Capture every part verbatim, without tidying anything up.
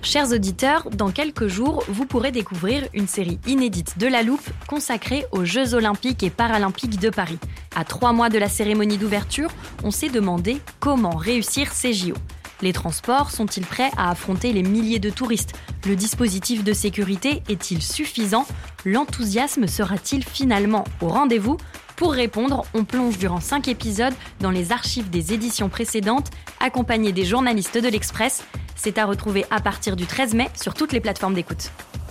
Chers auditeurs, dans quelques jours, vous pourrez découvrir une série inédite de La Loupe consacrée aux Jeux Olympiques et Paralympiques de Paris. À trois mois de la cérémonie d'ouverture, on s'est demandé comment réussir ces J O. Les transports sont-ils prêts à affronter les milliers de touristes ? Le dispositif de sécurité est-il suffisant ? L'enthousiasme sera-t-il finalement au rendez-vous ? Pour répondre, on plonge durant cinq épisodes dans les archives des éditions précédentes, accompagnés des journalistes de l'Express. C'est à retrouver à partir du treize mai sur toutes les plateformes d'écoute.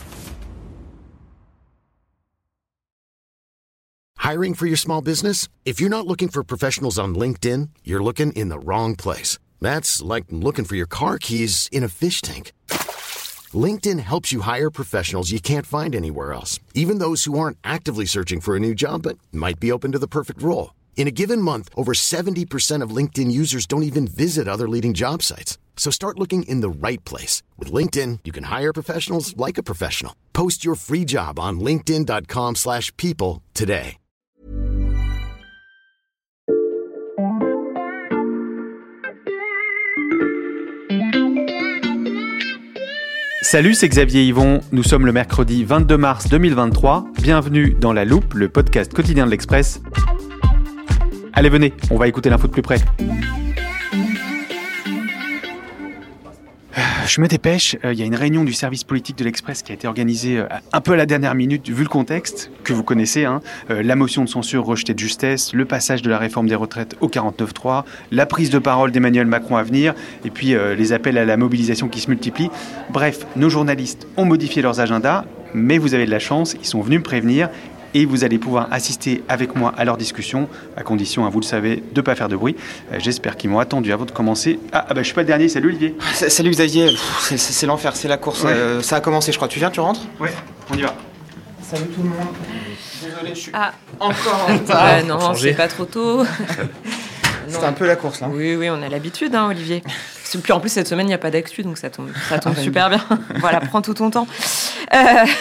Hiring for your small business? If you're not looking for professionals on LinkedIn, you're looking in the wrong place. That's like looking for your car keys in a fish tank. LinkedIn helps you hire professionals you can't find anywhere else, even those who aren't actively searching for a new job but might be open to the perfect role. In a given month, over seventy percent of LinkedIn users don't even visit other leading job sites. So start looking in the right place. With LinkedIn, you can hire professionals like a professional. Post your free job on linkedin.com slash people today. Salut, c'est Xavier Yvon. Nous sommes le mercredi vingt-deux mars deux mille vingt-trois. Bienvenue dans La Loupe, le podcast quotidien de l'Express. Allez, venez, on va écouter l'info de plus près. Je me dépêche, il euh, y a une réunion du service politique de l'Express qui a été organisée euh, un peu à la dernière minute, vu le contexte, que vous connaissez, hein, euh, la motion de censure rejetée de justesse, le passage de la réforme des retraites au quarante-neuf trois, la prise de parole d'Emmanuel Macron à venir, et puis euh, les appels à la mobilisation qui se multiplient. Bref, nos journalistes ont modifié leurs agendas, mais vous avez de la chance, ils sont venus me prévenir, et vous allez pouvoir assister avec moi à leur discussion, à condition, hein, vous le savez, de ne pas faire de bruit. Euh, j'espère qu'ils m'ont attendu avant de commencer. Ah, ah bah je suis pas le dernier, salut Olivier. Salut Xavier, Pff, c'est, c'est, c'est l'enfer, c'est la course, ouais. euh, ça a commencé je crois. Tu viens, tu rentres ? Ouais, on y va. Salut tout le monde. Désolé, je suis ah. encore en retard. Ah, non, c'est pas trop tôt. C'est un peu la course là. Oui, oui, on a l'habitude, hein, Olivier. Puis en plus, cette semaine, il n'y a pas d'actu, donc ça tombe, ça tombe super bien. Voilà, prends tout ton temps. Euh...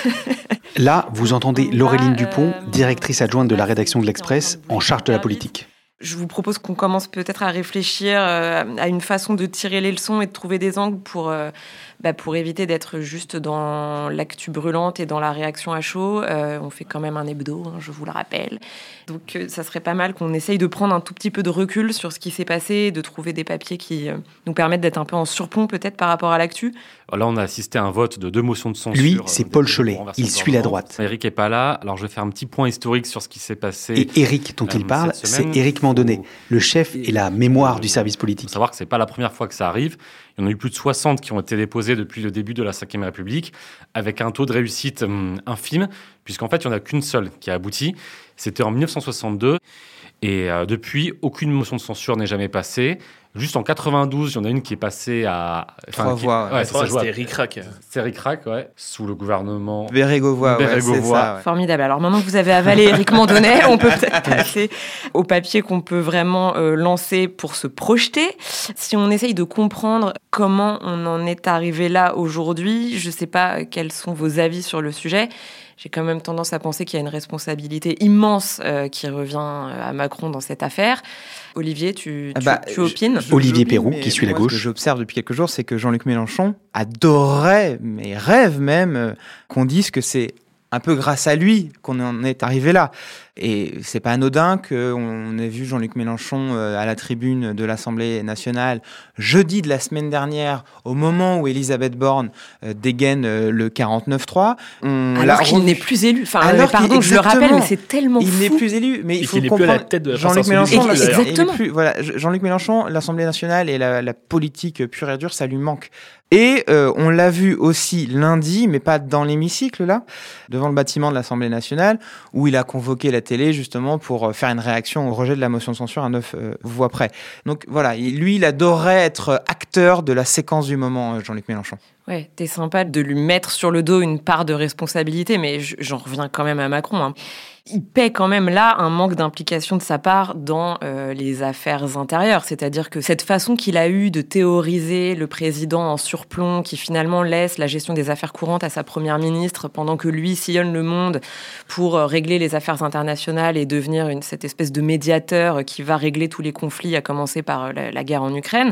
Là, vous entendez Laureline Dupont, directrice adjointe de la rédaction de l'Express, en charge de la politique. Je vous propose qu'on commence peut-être à réfléchir à une façon de tirer les leçons et de trouver des angles pour, euh, bah, pour éviter d'être juste dans l'actu brûlante et dans la réaction à chaud. Euh, on fait quand même un hebdo, hein, je vous le rappelle. Donc euh, ça serait pas mal qu'on essaye de prendre un tout petit peu de recul sur ce qui s'est passé, de trouver des papiers qui euh, nous permettent d'être un peu en surplomb peut-être par rapport à l'actu. Là, on a assisté à un vote de deux motions de censure. Lui, c'est Paul Cholet. Il suit la droite. Éric n'est pas là. Alors, je vais faire un petit point historique sur ce qui s'est passé. Et Éric, dont euh, il parle, c'est Éric Mandonnet, le chef et la mémoire du service politique. Il faut savoir que ce n'est pas la première fois que ça arrive. Il y en a eu plus de soixante qui ont été déposés depuis le début de la cinquième République, avec un taux de réussite hum, infime, puisqu'en fait, il n'y en a qu'une seule qui a abouti. C'était en dix-neuf cent soixante-deux. Et euh, depuis, aucune motion de censure n'est jamais passée. Juste en quatre-vingt-douze, il y en a une qui est passée à... Enfin, Trois qui... voix. Ouais, ouais, ça, ça c'était ric-rac. C'était ric-rac, ouais. Sous le gouvernement... Bérégovoy, ouais, c'est ça. Ouais. Formidable. Alors maintenant que vous avez avalé Éric Mandonnet, on peut peut-être passer au papier qu'on peut vraiment euh, lancer pour se projeter. Si on essaye de comprendre comment on en est arrivé là aujourd'hui, je ne sais pas quels sont vos avis sur le sujet. J'ai quand même tendance à penser qu'il y a une responsabilité immense euh, qui revient à Macron dans cette affaire. Olivier, tu, tu, bah, tu opines ? je, je, Olivier Perroux, qui suit la gauche. Ce que j'observe depuis quelques jours, c'est que Jean-Luc Mélenchon adorerait, mais rêve même, euh, qu'on dise que c'est un peu grâce à lui qu'on en est arrivé là. Et c'est pas anodin qu'on ait vu Jean-Luc Mélenchon à la tribune de l'Assemblée nationale jeudi de la semaine dernière, au moment où Elisabeth Borne dégaine le quarante-neuf trois. On Alors qu'il revu... n'est plus élu. Enfin, Alors pardon, je le rappelle, mais c'est tellement il fou. Il n'est plus élu, mais il faut qu'il comprendre. Plus à la tête de la Jean-Luc Mélenchon, et, exactement. Plus, voilà, Jean-Luc Mélenchon, l'Assemblée nationale et la, la politique pure et dure, ça lui manque. Et euh, on l'a vu aussi lundi, mais pas dans l'hémicycle, là, devant le bâtiment de l'Assemblée nationale, où il a convoqué la télé, justement, pour faire une réaction au rejet de la motion de censure à neuf euh, voix près. Donc voilà, lui, il adorait être acteur de la séquence du moment, Jean-Luc Mélenchon. Ouais, t'es sympa de lui mettre sur le dos une part de responsabilité, mais j'en reviens quand même à Macron, hein. Il paie quand même là un manque d'implication de sa part dans euh, les affaires intérieures. C'est-à-dire que cette façon qu'il a eue de théoriser le président en surplomb, qui finalement laisse la gestion des affaires courantes à sa première ministre, pendant que lui sillonne le monde pour euh, régler les affaires internationales et devenir une, cette espèce de médiateur qui va régler tous les conflits, à commencer par euh, la, la guerre en Ukraine.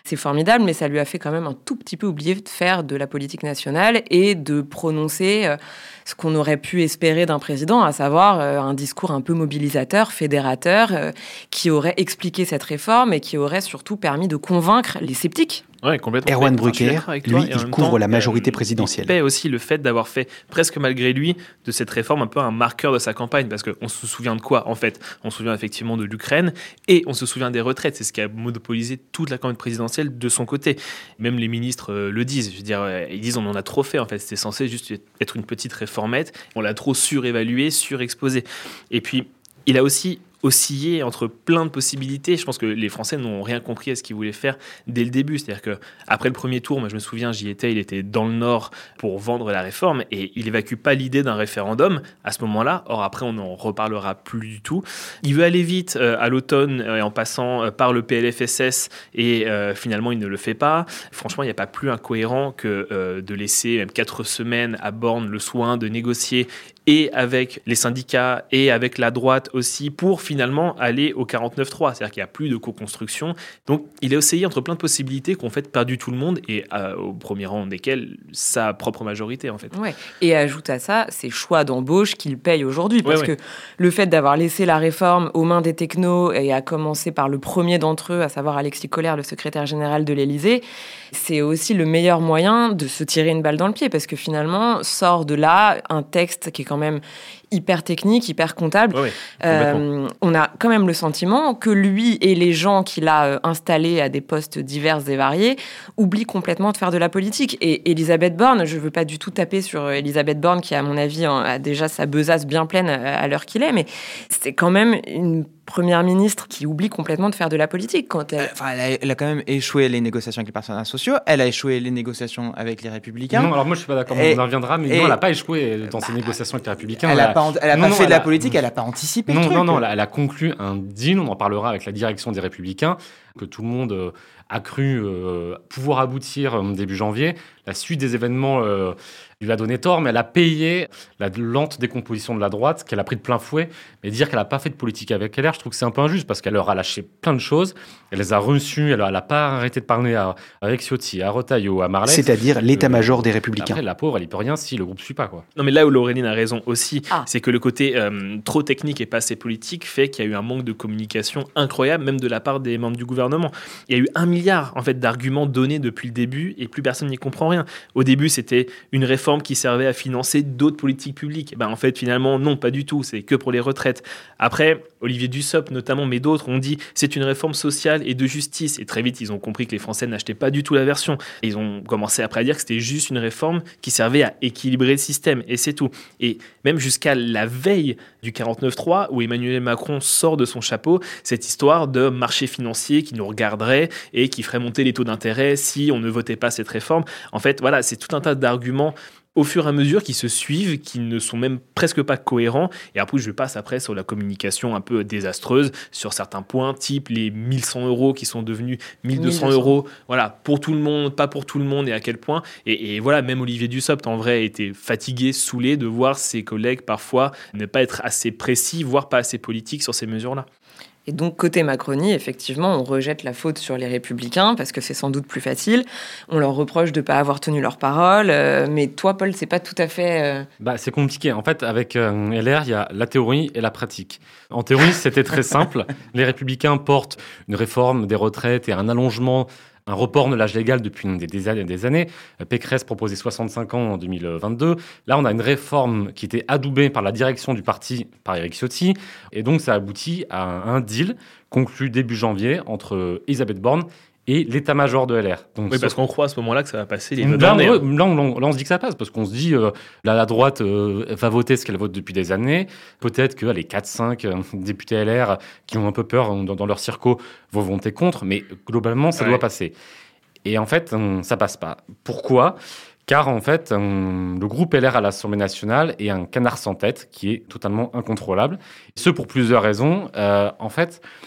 C'est formidable, mais ça lui a fait quand même un tout petit peu oublier de faire de la politique nationale et de prononcer euh, ce qu'on aurait pu espérer d'un président, à savoir euh, un discours un peu mobilisateur, fédérateur, euh, qui aurait expliqué cette réforme et qui aurait surtout permis de convaincre les sceptiques. Ouais, complètement. Erwan Enfin, Brucker, lui, il couvre temps, la majorité euh, présidentielle. Il paie aussi le fait d'avoir fait, presque malgré lui, de cette réforme un peu un marqueur de sa campagne, parce qu'on se souvient de quoi, en fait ? On se souvient effectivement de l'Ukraine, et on se souvient des retraites. C'est ce qui a monopolisé toute la campagne présidentielle de son côté. Même les ministres euh, le disent. Je veux dire, euh, ils disent on en a trop fait, en fait. C'était censé juste être une petite réformette. On l'a trop surévalué, surexposé. Et puis, il a aussi osciller entre plein de possibilités. Je pense que les Français n'ont rien compris à ce qu'ils voulaient faire dès le début. C'est-à-dire qu'après le premier tour, moi je me souviens, j'y étais, il était dans le Nord pour vendre la réforme et il évacue pas l'idée d'un référendum à ce moment-là. Or après, on n'en reparlera plus du tout. Il veut aller vite euh, à l'automne euh, en passant euh, par le P L F S S et euh, finalement il ne le fait pas. Franchement, il n'y a pas plus incohérent que euh, de laisser même quatre semaines à Borne le soin de négocier et avec les syndicats et avec la droite aussi pour finalement aller au quarante-neuf trois. C'est-à-dire qu'il n'y a plus de co-construction. Donc, il est oscillé entre plein de possibilités qui ont fait perdu tout le monde et euh, au premier rang desquelles sa propre majorité, en fait. Ouais. Et ajoute à ça ces choix d'embauche qu'il paye aujourd'hui. Parce ouais, ouais. que le fait d'avoir laissé la réforme aux mains des technos et à commencer par le premier d'entre eux, à savoir Alexis Collère, le secrétaire général de l'Élysée, c'est aussi le meilleur moyen de se tirer une balle dans le pied. Parce que finalement, sort de là un texte qui est quand même hyper technique, hyper comptable. Oui, oui, euh, on a quand même le sentiment que lui et les gens qu'il a installés à des postes divers et variés oublient complètement de faire de la politique. Et Elisabeth Borne, je ne veux pas du tout taper sur Elisabeth Borne, qui, à mon avis, a déjà sa besace bien pleine à l'heure qu'il est, mais c'est quand même une première ministre qui oublie complètement de faire de la politique. Quand elle... Enfin, elle, a, elle a quand même échoué les négociations avec les partenaires sociaux, elle a échoué les négociations avec les Républicains. Non, alors moi je suis pas d'accord, et, on en reviendra, mais et, non, elle n'a pas échoué dans bah, ses négociations avec les Républicains. Elle n'a pas, elle a non, pas non, fait de la a, politique, elle n'a pas anticipé non, le truc. Non, non, non, elle a conclu un deal, on en parlera avec la direction des Républicains, que tout le monde euh, a cru euh, pouvoir aboutir euh, début janvier. La suite des événements euh, lui a donné tort, mais elle a payé la lente décomposition de la droite, qu'elle a pris de plein fouet. Mais dire qu'elle n'a pas fait de politique avec L R, je trouve que c'est un peu injuste, parce qu'elle leur a lâché plein de choses. Elle les a reçues, elle n'a pas arrêté de parler à, à Éric Ciotti, à Retailleau, à Marleix. C'est-à-dire l'état-major euh, des Républicains. Après, la pauvre, elle n'y peut rien si le groupe ne suit pas, quoi. Non, mais là où Laureline a raison aussi, ah. c'est que le côté euh, trop technique et pas assez politique fait qu'il y a eu un manque de communication incroyable, même de la part des membres du gouvernement. Il y a eu un milliard en fait, d'arguments donnés depuis le début et plus personne n'y comprend rien. Au début, c'était une réforme qui servait à financer d'autres politiques publiques. Ben, en fait, finalement, non, pas du tout. C'est que pour les retraites. Après, Olivier Dussopt notamment, mais d'autres ont dit c'est une réforme sociale et de justice. Et très vite, ils ont compris que les Français n'achetaient pas du tout la version. Et ils ont commencé après à dire que c'était juste une réforme qui servait à équilibrer le système. Et c'est tout. Et même jusqu'à la veille du quarante-neuf trois, où Emmanuel Macron sort de son chapeau cette histoire de marché financier qui nous regarderait et qui ferait monter les taux d'intérêt si on ne votait pas cette réforme. En fait, voilà, c'est tout un tas d'arguments au fur et à mesure qui se suivent, qui ne sont même presque pas cohérents. Et après, je passe après sur la communication un peu désastreuse sur certains points, type les mille cent euros qui sont devenus mille deux cents euros. Voilà, pour tout le monde, pas pour tout le monde et à quel point. Et, et voilà, même Olivier Dussopt, en vrai, était fatigué, saoulé de voir ses collègues parfois ne pas être assez précis, voire pas assez politiques sur ces mesures-là. Et donc, côté Macronie, effectivement, on rejette la faute sur les Républicains parce que c'est sans doute plus facile. On leur reproche de ne pas avoir tenu leur parole. Euh, mais toi, Paul, c'est pas tout à fait... Euh... Bah, c'est compliqué. En fait, avec euh, L R, il y a la théorie et la pratique. En théorie, c'était très simple. Les Républicains portent une réforme des retraites et un allongement, un report de l'âge légal depuis des, des, des années. Pécresse proposait soixante-cinq ans en deux mille vingt-deux. Là, on a une réforme qui était adoubée par la direction du parti, par Éric Ciotti. Et donc, ça aboutit à un, un deal conclu début janvier entre Elisabeth Borne et l'état-major de L R. Donc, oui, parce qu'on croit à ce moment-là que ça va passer les là, là, là, là, on, là, on se dit que ça passe, parce qu'on se dit euh, là, la droite euh, va voter ce qu'elle vote depuis des années. Peut-être que les quatre cinq euh, députés L R qui ont un peu peur dans, dans leur circo vont voter contre, mais globalement, ça ouais. doit passer. Et en fait, euh, ça passe pas. Pourquoi ? Car en fait, euh, le groupe L R à l'Assemblée nationale est un canard sans tête qui est totalement incontrôlable. Ce pour plusieurs raisons. Euh, en fait...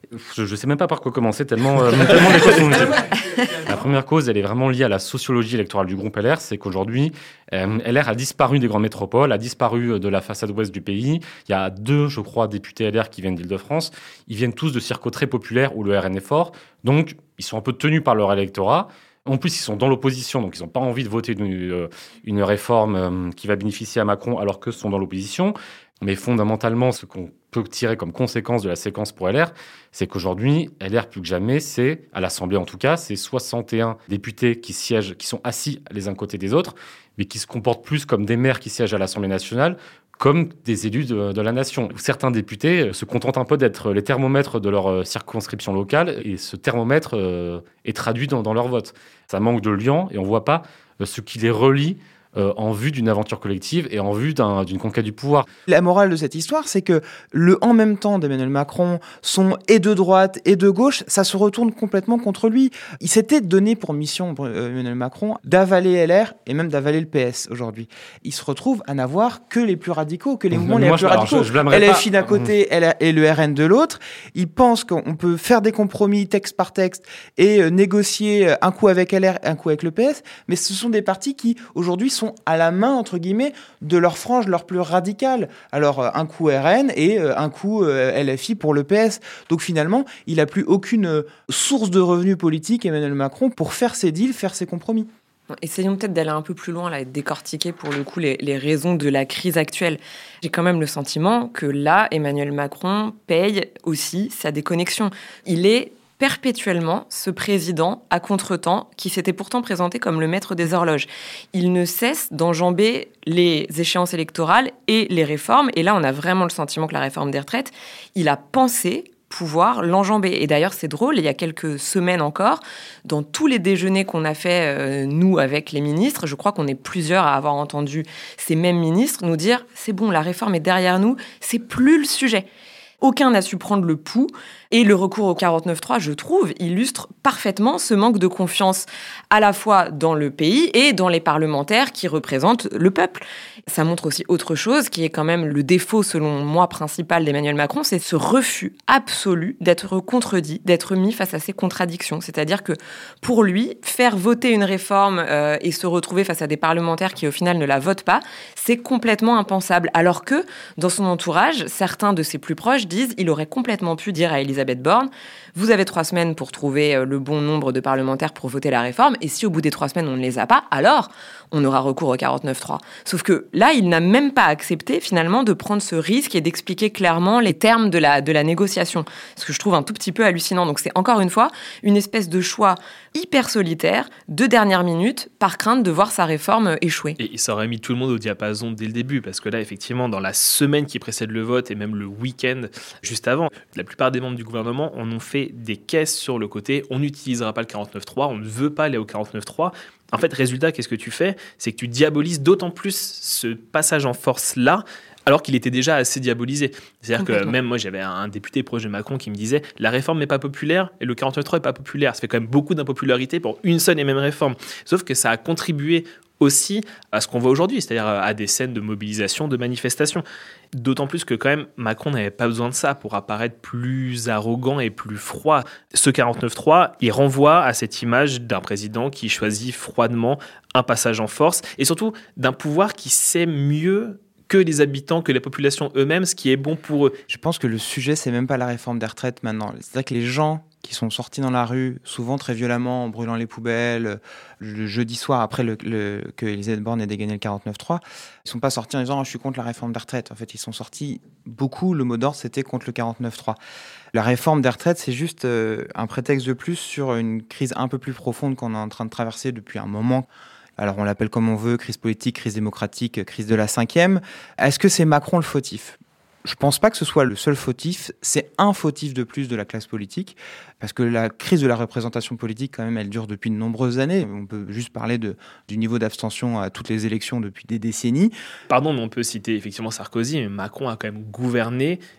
Je ne sais même pas par quoi commencer, tellement, euh, tellement les causes sont multiples. La première cause, elle est vraiment liée à la sociologie électorale du groupe L R. C'est qu'aujourd'hui, euh, L R a disparu des grandes métropoles, a disparu de la façade ouest du pays. Il y a deux, je crois, députés L R qui viennent d'Île-de-France. Ils viennent tous de circuits très populaires où le R N est fort. Donc, ils sont un peu tenus par leur électorat. En plus, ils sont dans l'opposition, donc ils n'ont pas envie de voter une, une réforme qui va bénéficier à Macron alors qu'eux sont dans l'opposition. Mais fondamentalement, ce qu'on peut tirer comme conséquence de la séquence pour L R, c'est qu'aujourd'hui, L R plus que jamais, c'est, à l'Assemblée en tout cas, c'est soixante et un députés qui siègent, qui sont assis les uns côté des autres, mais qui se comportent plus comme des maires qui siègent à l'Assemblée nationale, comme des élus de, de la nation. Certains députés se contentent un peu d'être les thermomètres de leur circonscription locale, et ce thermomètre euh, est traduit dans, dans leur vote. Ça manque de lien, et on ne voit pas euh, ce qui les relie Euh, en vue d'une aventure collective et en vue d'un, d'une conquête du pouvoir. La morale de cette histoire, c'est que le en même temps d'Emmanuel Macron sont et de droite et de gauche, ça se retourne complètement contre lui. Il s'était donné pour mission, pour Emmanuel Macron, d'avaler L R et même d'avaler le P S aujourd'hui. Il se retrouve à n'avoir que les plus radicaux, que les mouvements les Moi, plus je, radicaux. alors, je, je L F I d'un côté et le R N de l'autre. Il pense qu'on peut faire des compromis texte par texte et euh, négocier un coup avec L R, un coup avec le P S, mais ce sont des partis qui aujourd'hui sont à la main, entre guillemets, de leur frange leur plus radicale. Alors, un coup R N et un coup L F I pour le P S. Donc, finalement, il n'a plus aucune source de revenus politiques, Emmanuel Macron, pour faire ses deals, faire ses compromis. Essayons peut-être d'aller un peu plus loin là, et de décortiquer pour le coup les, les raisons de la crise actuelle. J'ai quand même le sentiment que là, Emmanuel Macron paye aussi sa déconnexion. Il est perpétuellement ce président à contretemps qui s'était pourtant présenté comme le maître des horloges. Il ne cesse d'enjamber les échéances électorales et les réformes. Et là, on a vraiment le sentiment que la réforme des retraites, il a pensé pouvoir l'enjamber. Et d'ailleurs, c'est drôle, il y a quelques semaines encore, dans tous les déjeuners qu'on a fait, euh, nous, avec les ministres, je crois qu'on est plusieurs à avoir entendu ces mêmes ministres nous dire « c'est bon, la réforme est derrière nous, c'est plus le sujet ». Aucun n'a su prendre le pouls. Et le recours au quarante-neuf trois, je trouve, illustre parfaitement ce manque de confiance à la fois dans le pays et dans les parlementaires qui représentent le peuple. Ça montre aussi autre chose, qui est quand même le défaut, selon moi, principal d'Emmanuel Macron, c'est ce refus absolu d'être contredit, d'être mis face à ses contradictions. C'est-à-dire que pour lui, faire voter une réforme euh, et se retrouver face à des parlementaires qui, au final, ne la votent pas, c'est complètement impensable. Alors que, dans son entourage, certains de ses plus proches disent il aurait complètement pu dire à Elisabeth Borne, vous avez trois semaines pour trouver le bon nombre de parlementaires pour voter la réforme, et si au bout des trois semaines on ne les a pas, alors on aura recours au quarante-neuf trois. Sauf que là, il n'a même pas accepté finalement de prendre ce risque et d'expliquer clairement les termes de la, de la négociation, ce que je trouve un tout petit peu hallucinant. Donc c'est encore une fois une espèce de choix hyper solitaire, de dernière minute, par crainte de voir sa réforme échouer. Et ça aurait mis tout le monde au diapason dès le début, parce que là, effectivement, dans la semaine qui précède le vote, et même le week-end juste avant, la plupart des membres du gouvernement en ont fait des caisses sur le côté, on n'utilisera pas le quarante-neuf trois, on ne veut pas aller au quarante-neuf trois. En fait, résultat, qu'est-ce que tu fais ? C'est que tu diabolises d'autant plus ce passage en force-là, alors qu'il était déjà assez diabolisé. C'est-à-dire que même moi, j'avais un député proche de Macron qui me disait « la réforme n'est pas populaire et le quarante-neuf trois n'est pas populaire ». Ça fait quand même beaucoup d'impopularité pour une seule et même réforme. Sauf que ça a contribué aussi à ce qu'on voit aujourd'hui, c'est-à-dire à des scènes de mobilisation, de manifestation. D'autant plus que quand même, Macron n'avait pas besoin de ça pour apparaître plus arrogant et plus froid. Ce quarante-neuf trois, il renvoie à cette image d'un président qui choisit froidement un passage en force et surtout d'un pouvoir qui sait mieux que les habitants, que la population eux-mêmes, ce qui est bon pour eux. Je pense que le sujet, c'est même pas la réforme des retraites maintenant. C'est-à-dire que les gens qui sont sortis dans la rue, souvent très violemment, en brûlant les poubelles, le jeudi soir, après le, le, que Elisabeth Borne ait dégainé le quarante-neuf trois, ils ne sont pas sortis en disant oh, « je suis contre la réforme des retraites ». En fait, ils sont sortis, beaucoup, le mot d'ordre, c'était contre le quarante-neuf trois. La réforme des retraites, c'est juste euh, un prétexte de plus sur une crise un peu plus profonde qu'on est en train de traverser depuis un moment. Alors, on l'appelle comme on veut, crise politique, crise démocratique, crise de la cinquième. Est-ce que c'est Macron le fautif ? Je ne pense pas que ce soit le seul fautif. C'est un fautif de plus de la classe politique, parce que la crise de la représentation politique, quand même, elle dure depuis de nombreuses années. On peut juste parler de, du niveau d'abstention à toutes les élections depuis des décennies. Pardon, mais on peut citer effectivement Sarkozy, mais Macron a quand même gouverné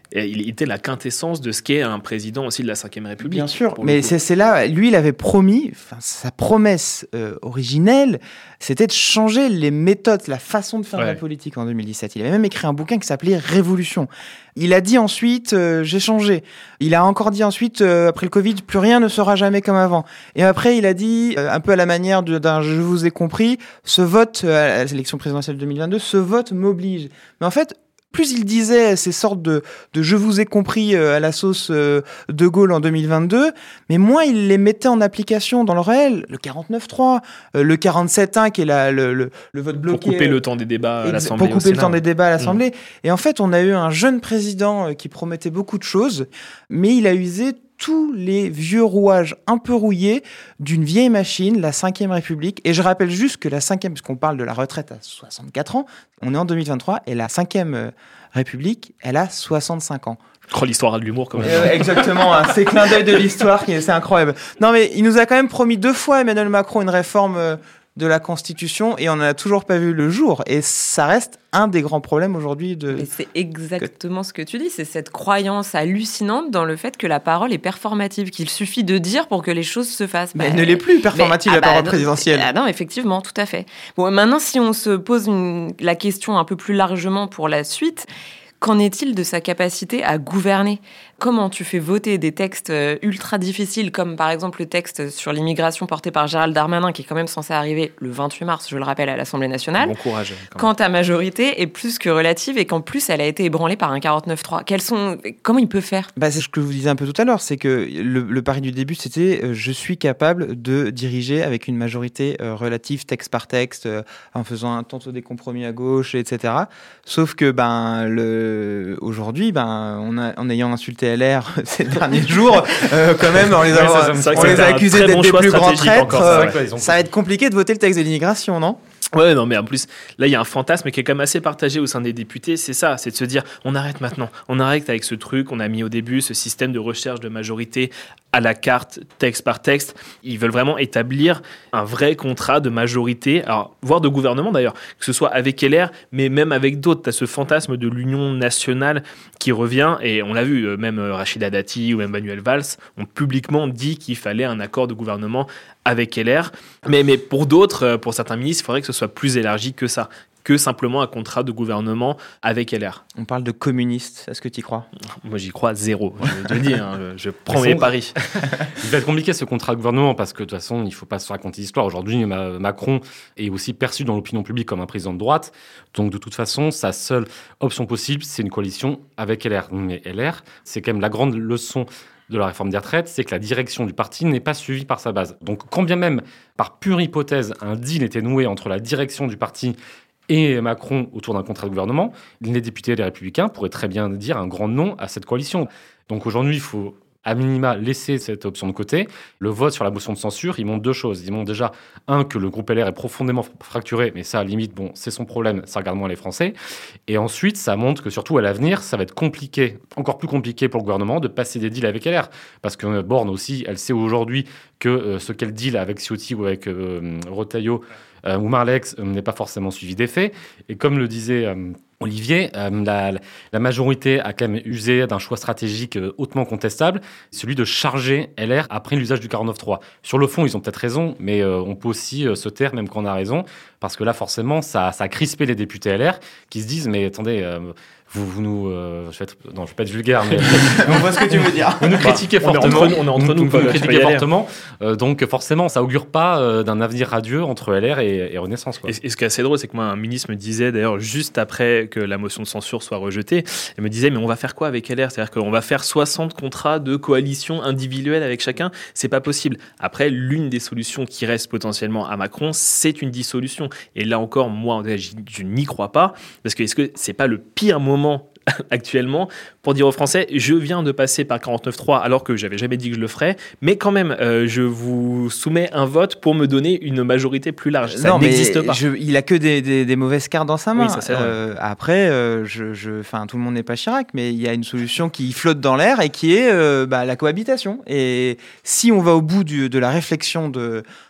Et il était la quintessence de ce qu'est un président aussi de la cinquième République. Bien sûr, mais c'est, c'est là, lui, il avait promis, enfin, sa promesse euh, originelle, c'était de changer les méthodes, la façon de faire ouais. de la politique en deux mille dix-sept. Il avait même écrit un bouquin qui s'appelait Révolution. Il a dit ensuite, euh, j'ai changé. Il a encore dit ensuite, euh, après le Covid, plus rien ne sera jamais comme avant. Et après, il a dit, euh, un peu à la manière de, d'un « je vous ai compris », ce vote, euh, à l'élection présidentielle deux mille vingt-deux, ce vote m'oblige. Mais en fait, plus il disait ces sortes de, de « je vous ai compris » à la sauce De Gaulle en deux mille vingt-deux, mais moins il les mettait en application dans le réel. Le quarante-neuf trois, le quarante-sept un qui est la, le, le, le vote bloqué. Pour couper le temps des débats à l'Assemblée. Pour couper le temps des débats à l'Assemblée. Mmh. Et en fait, on a eu un jeune président qui promettait beaucoup de choses, mais il a usé tous les vieux rouages un peu rouillés d'une vieille machine, la cinquième République. Et je rappelle juste que la cinquième, puisqu'on parle de la retraite à soixante-quatre ans, on est en deux mille vingt-trois, et la cinquième République, elle a soixante-cinq ans. Oh, l'histoire a de l'humour quand même. Euh, exactement, hein, c'est clin d'œil de l'histoire, qui, c'est incroyable. Non mais il nous a quand même promis deux fois, Emmanuel Macron, une réforme euh, de la Constitution, et on n'a toujours pas vu le jour. Et ça reste un des grands problèmes aujourd'hui de... Mais c'est exactement ce que tu dis, c'est cette croyance hallucinante dans le fait que la parole est performative, qu'il suffit de dire pour que les choses se fassent. Mais bah, elle ne l'est plus performative, mais, la ah parole bah, présidentielle. Ah non, effectivement, tout à fait. Bon, maintenant, si on se pose une, la question un peu plus largement pour la suite, qu'en est-il de sa capacité à gouverner ? Comment tu fais voter des textes ultra difficiles, comme par exemple le texte sur l'immigration porté par Gérald Darmanin, qui est quand même censé arriver le vingt-huit mars, je le rappelle, à l'Assemblée nationale. Bon courage. Quand, quand ta majorité est plus que relative et qu'en plus elle a été ébranlée par un quarante-neuf trois. Quels sont... Comment il peut faire ? Bah, c'est ce que je vous disais un peu tout à l'heure, c'est que le, le pari du début, c'était euh, je suis capable de diriger avec une majorité euh, relative, texte par texte, euh, en faisant un, tantôt des compromis à gauche, et cetera. Sauf que ben, le, aujourd'hui, ben, on a, en ayant insulté L R ces derniers jours, euh, quand même, on les a, ouais, ça, on les a accusés d'être bon des plus grands traîtres. Encore, euh, ça, ouais. Ça va être compliqué de voter le texte de l'immigration, non ? Ouais, non, mais en plus, là, il y a un fantasme qui est quand même assez partagé au sein des députés. C'est ça, c'est de se dire, on arrête maintenant. On arrête avec ce truc qu'on a mis au début, ce système de recherche de majorité à la carte, texte par texte. Ils veulent vraiment établir un vrai contrat de majorité, alors, voire de gouvernement d'ailleurs, que ce soit avec L R, mais même avec d'autres. Tu as ce fantasme de l'union nationale qui revient, et on l'a vu, même Rachida Dati ou même Manuel Valls ont publiquement dit qu'il fallait un accord de gouvernement avec L R. Mais, mais pour d'autres, pour certains ministres, il faudrait que ce soit plus élargi que ça, que simplement un contrat de gouvernement avec L R. On parle de communistes, est-ce que tu y crois ? Moi, j'y crois zéro, je te le dis, hein, je prends mes paris. Il va être compliqué ce contrat de gouvernement parce que de toute façon, il ne faut pas se raconter l'histoire. Aujourd'hui, Macron est aussi perçu dans l'opinion publique comme un président de droite. Donc, de toute façon, sa seule option possible, c'est une coalition avec L R. Mais L R, c'est quand même la grande leçon de la réforme des retraites, c'est que la direction du parti n'est pas suivie par sa base. Donc, quand bien même, par pure hypothèse, un deal était noué entre la direction du parti et Macron autour d'un contrat de gouvernement, les députés et les Républicains pourraient très bien dire un grand non à cette coalition. Donc aujourd'hui, il faut à minima laisser cette option de côté. Le vote sur la motion de censure, il montre deux choses. Il montre déjà, un, que le groupe L R est profondément fracturé, mais ça, à la limite, bon, c'est son problème, ça regarde moins les Français. Et ensuite, ça montre que surtout à l'avenir, ça va être compliqué, encore plus compliqué pour le gouvernement de passer des deals avec L R. Parce que Borne aussi, elle sait aujourd'hui que euh, ce qu'elle deal avec Ciotti ou avec euh, Retailleau euh, ou Marlex euh, n'est pas forcément suivi d'effet. Et comme le disait euh, Olivier, euh, la, la majorité a quand même usé d'un choix stratégique euh, hautement contestable, celui de charger L R après l'usage du quarante-neuf trois. Sur le fond, ils ont peut-être raison, mais euh, on peut aussi euh, se taire même quand on a raison, parce que là, forcément, ça, ça a crispé les députés L R qui se disent « mais attendez, euh, vous, vous nous... Euh, je vais être, non, je ne vais pas être vulgaire, mais... » On voit ce que tu veux dire. Vous nous critiquez bah, fortement. On est entre, on est entre nous, nous, Paul, vous nous critiquez fortement. Hein. Euh, donc, forcément, ça augure pas euh, d'un avenir radieux entre L R et, et Renaissance. Quoi. Et, et ce qui est assez drôle, c'est que moi, un ministre me disait, d'ailleurs, juste après que la motion de censure soit rejetée, il me disait, mais on va faire quoi avec L R ? C'est-à-dire qu'on va faire soixante contrats de coalition individuelle avec chacun ? C'est pas possible. Après, l'une des solutions qui reste potentiellement à Macron, c'est une dissolution. Et là encore, moi, je, je n'y crois pas, parce que est-ce que c'est pas le pire moment actuellement pour dire aux Français, je viens de passer par quarante-neuf trois alors que j'avais jamais dit que je le ferais, mais quand même, euh, je vous soumets un vote pour me donner une majorité plus large. Ça non, n'existe pas. Je, il a que des, des, des mauvaises cartes dans sa main. Oui, ça, c'est vrai. Euh, après, euh, je, je, enfin, tout le monde n'est pas Chirac, mais il y a une solution qui flotte dans l'air et qui est euh, bah, la cohabitation. Et si on va au bout du, de la réflexion de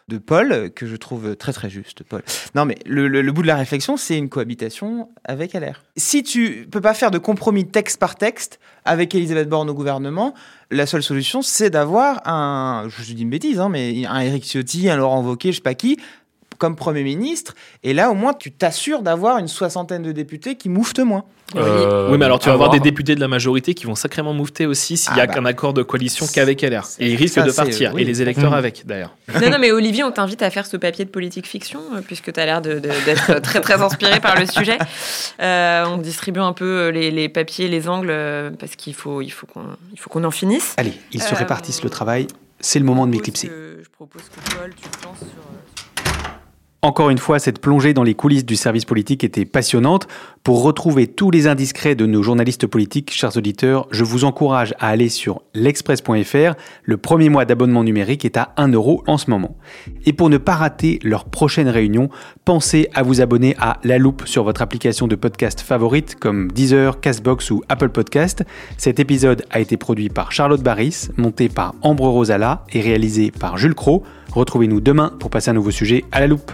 de Paul, que je trouve très très juste, Paul. Non mais le, le, le bout de la réflexion, c'est une cohabitation avec L R. Si tu peux pas faire de compromis texte par texte avec Elisabeth Borne au gouvernement, la seule solution, c'est d'avoir un, je dis une bêtise, hein, mais un Éric Ciotti, un Laurent Wauquiez, je sais pas qui, comme Premier ministre, et là au moins tu t'assures d'avoir une soixantaine de députés qui mouftent moins. Euh, oui, mais alors tu vas avoir des députés de la majorité qui vont sacrément moufter aussi s'il n'y a ah bah, qu'un accord de coalition qu'avec L R. Et ils risquent ça, de partir, oui. et les électeurs mmh. avec d'ailleurs. Non, non, mais Olivier, on t'invite à faire ce papier de politique fiction, puisque tu as l'air de, de, d'être très très inspiré par le sujet. Euh, on distribue un peu les, les papiers, les angles, parce qu'il faut, il faut, qu'on, il faut qu'on en finisse. Allez, ils se Euh, répartissent le travail. C'est le moment de m'éclipser. Que, je propose que Paul, tu te lances sur... Encore une fois, cette plongée dans les coulisses du service politique était passionnante. Pour retrouver tous les indiscrets de nos journalistes politiques, chers auditeurs, je vous encourage à aller sur l'express point f r. Le premier mois d'abonnement numérique est à un euro en ce moment. Et pour ne pas rater leur prochaine réunion, pensez à vous abonner à La Loupe sur votre application de podcast favorite comme Deezer, Castbox ou Apple Podcast. Cet épisode a été produit par Charlotte Baris, monté par Ambre Rosala et réalisé par Jules Cros. Retrouvez-nous demain pour passer un nouveau sujet à La Loupe.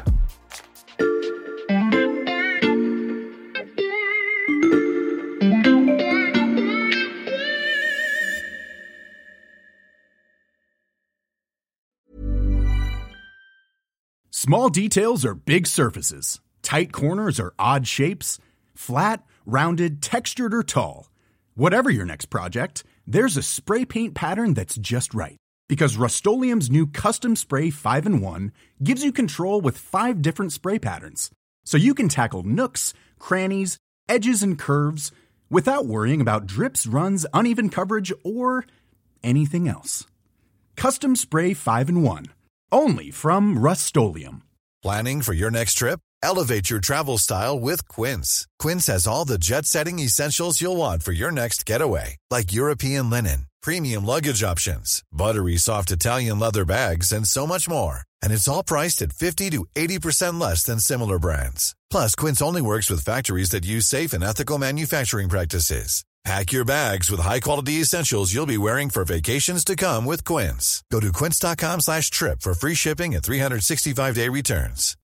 Small details are big surfaces. Tight corners are odd shapes. Flat, rounded, textured, or tall. Whatever your next project, there's a spray paint pattern that's just right. Because Rust-Oleum's new Custom Spray five in one gives you control with five different spray patterns. So you can tackle nooks, crannies, edges, and curves without worrying about drips, runs, uneven coverage, or anything else. Custom Spray five in one. Only from Rust-Oleum. Planning for your next trip? Elevate your travel style with Quince. Quince has all the jet-setting essentials you'll want for your next getaway, like European linen, premium luggage options, buttery soft Italian leather bags, and so much more. And it's all priced at fifty to eighty percent less than similar brands. Plus, Quince only works with factories that use safe and ethical manufacturing practices. Pack your bags with high-quality essentials you'll be wearing for vacations to come with Quince. Go to quince dot com slash trip for free shipping and three sixty-five day returns.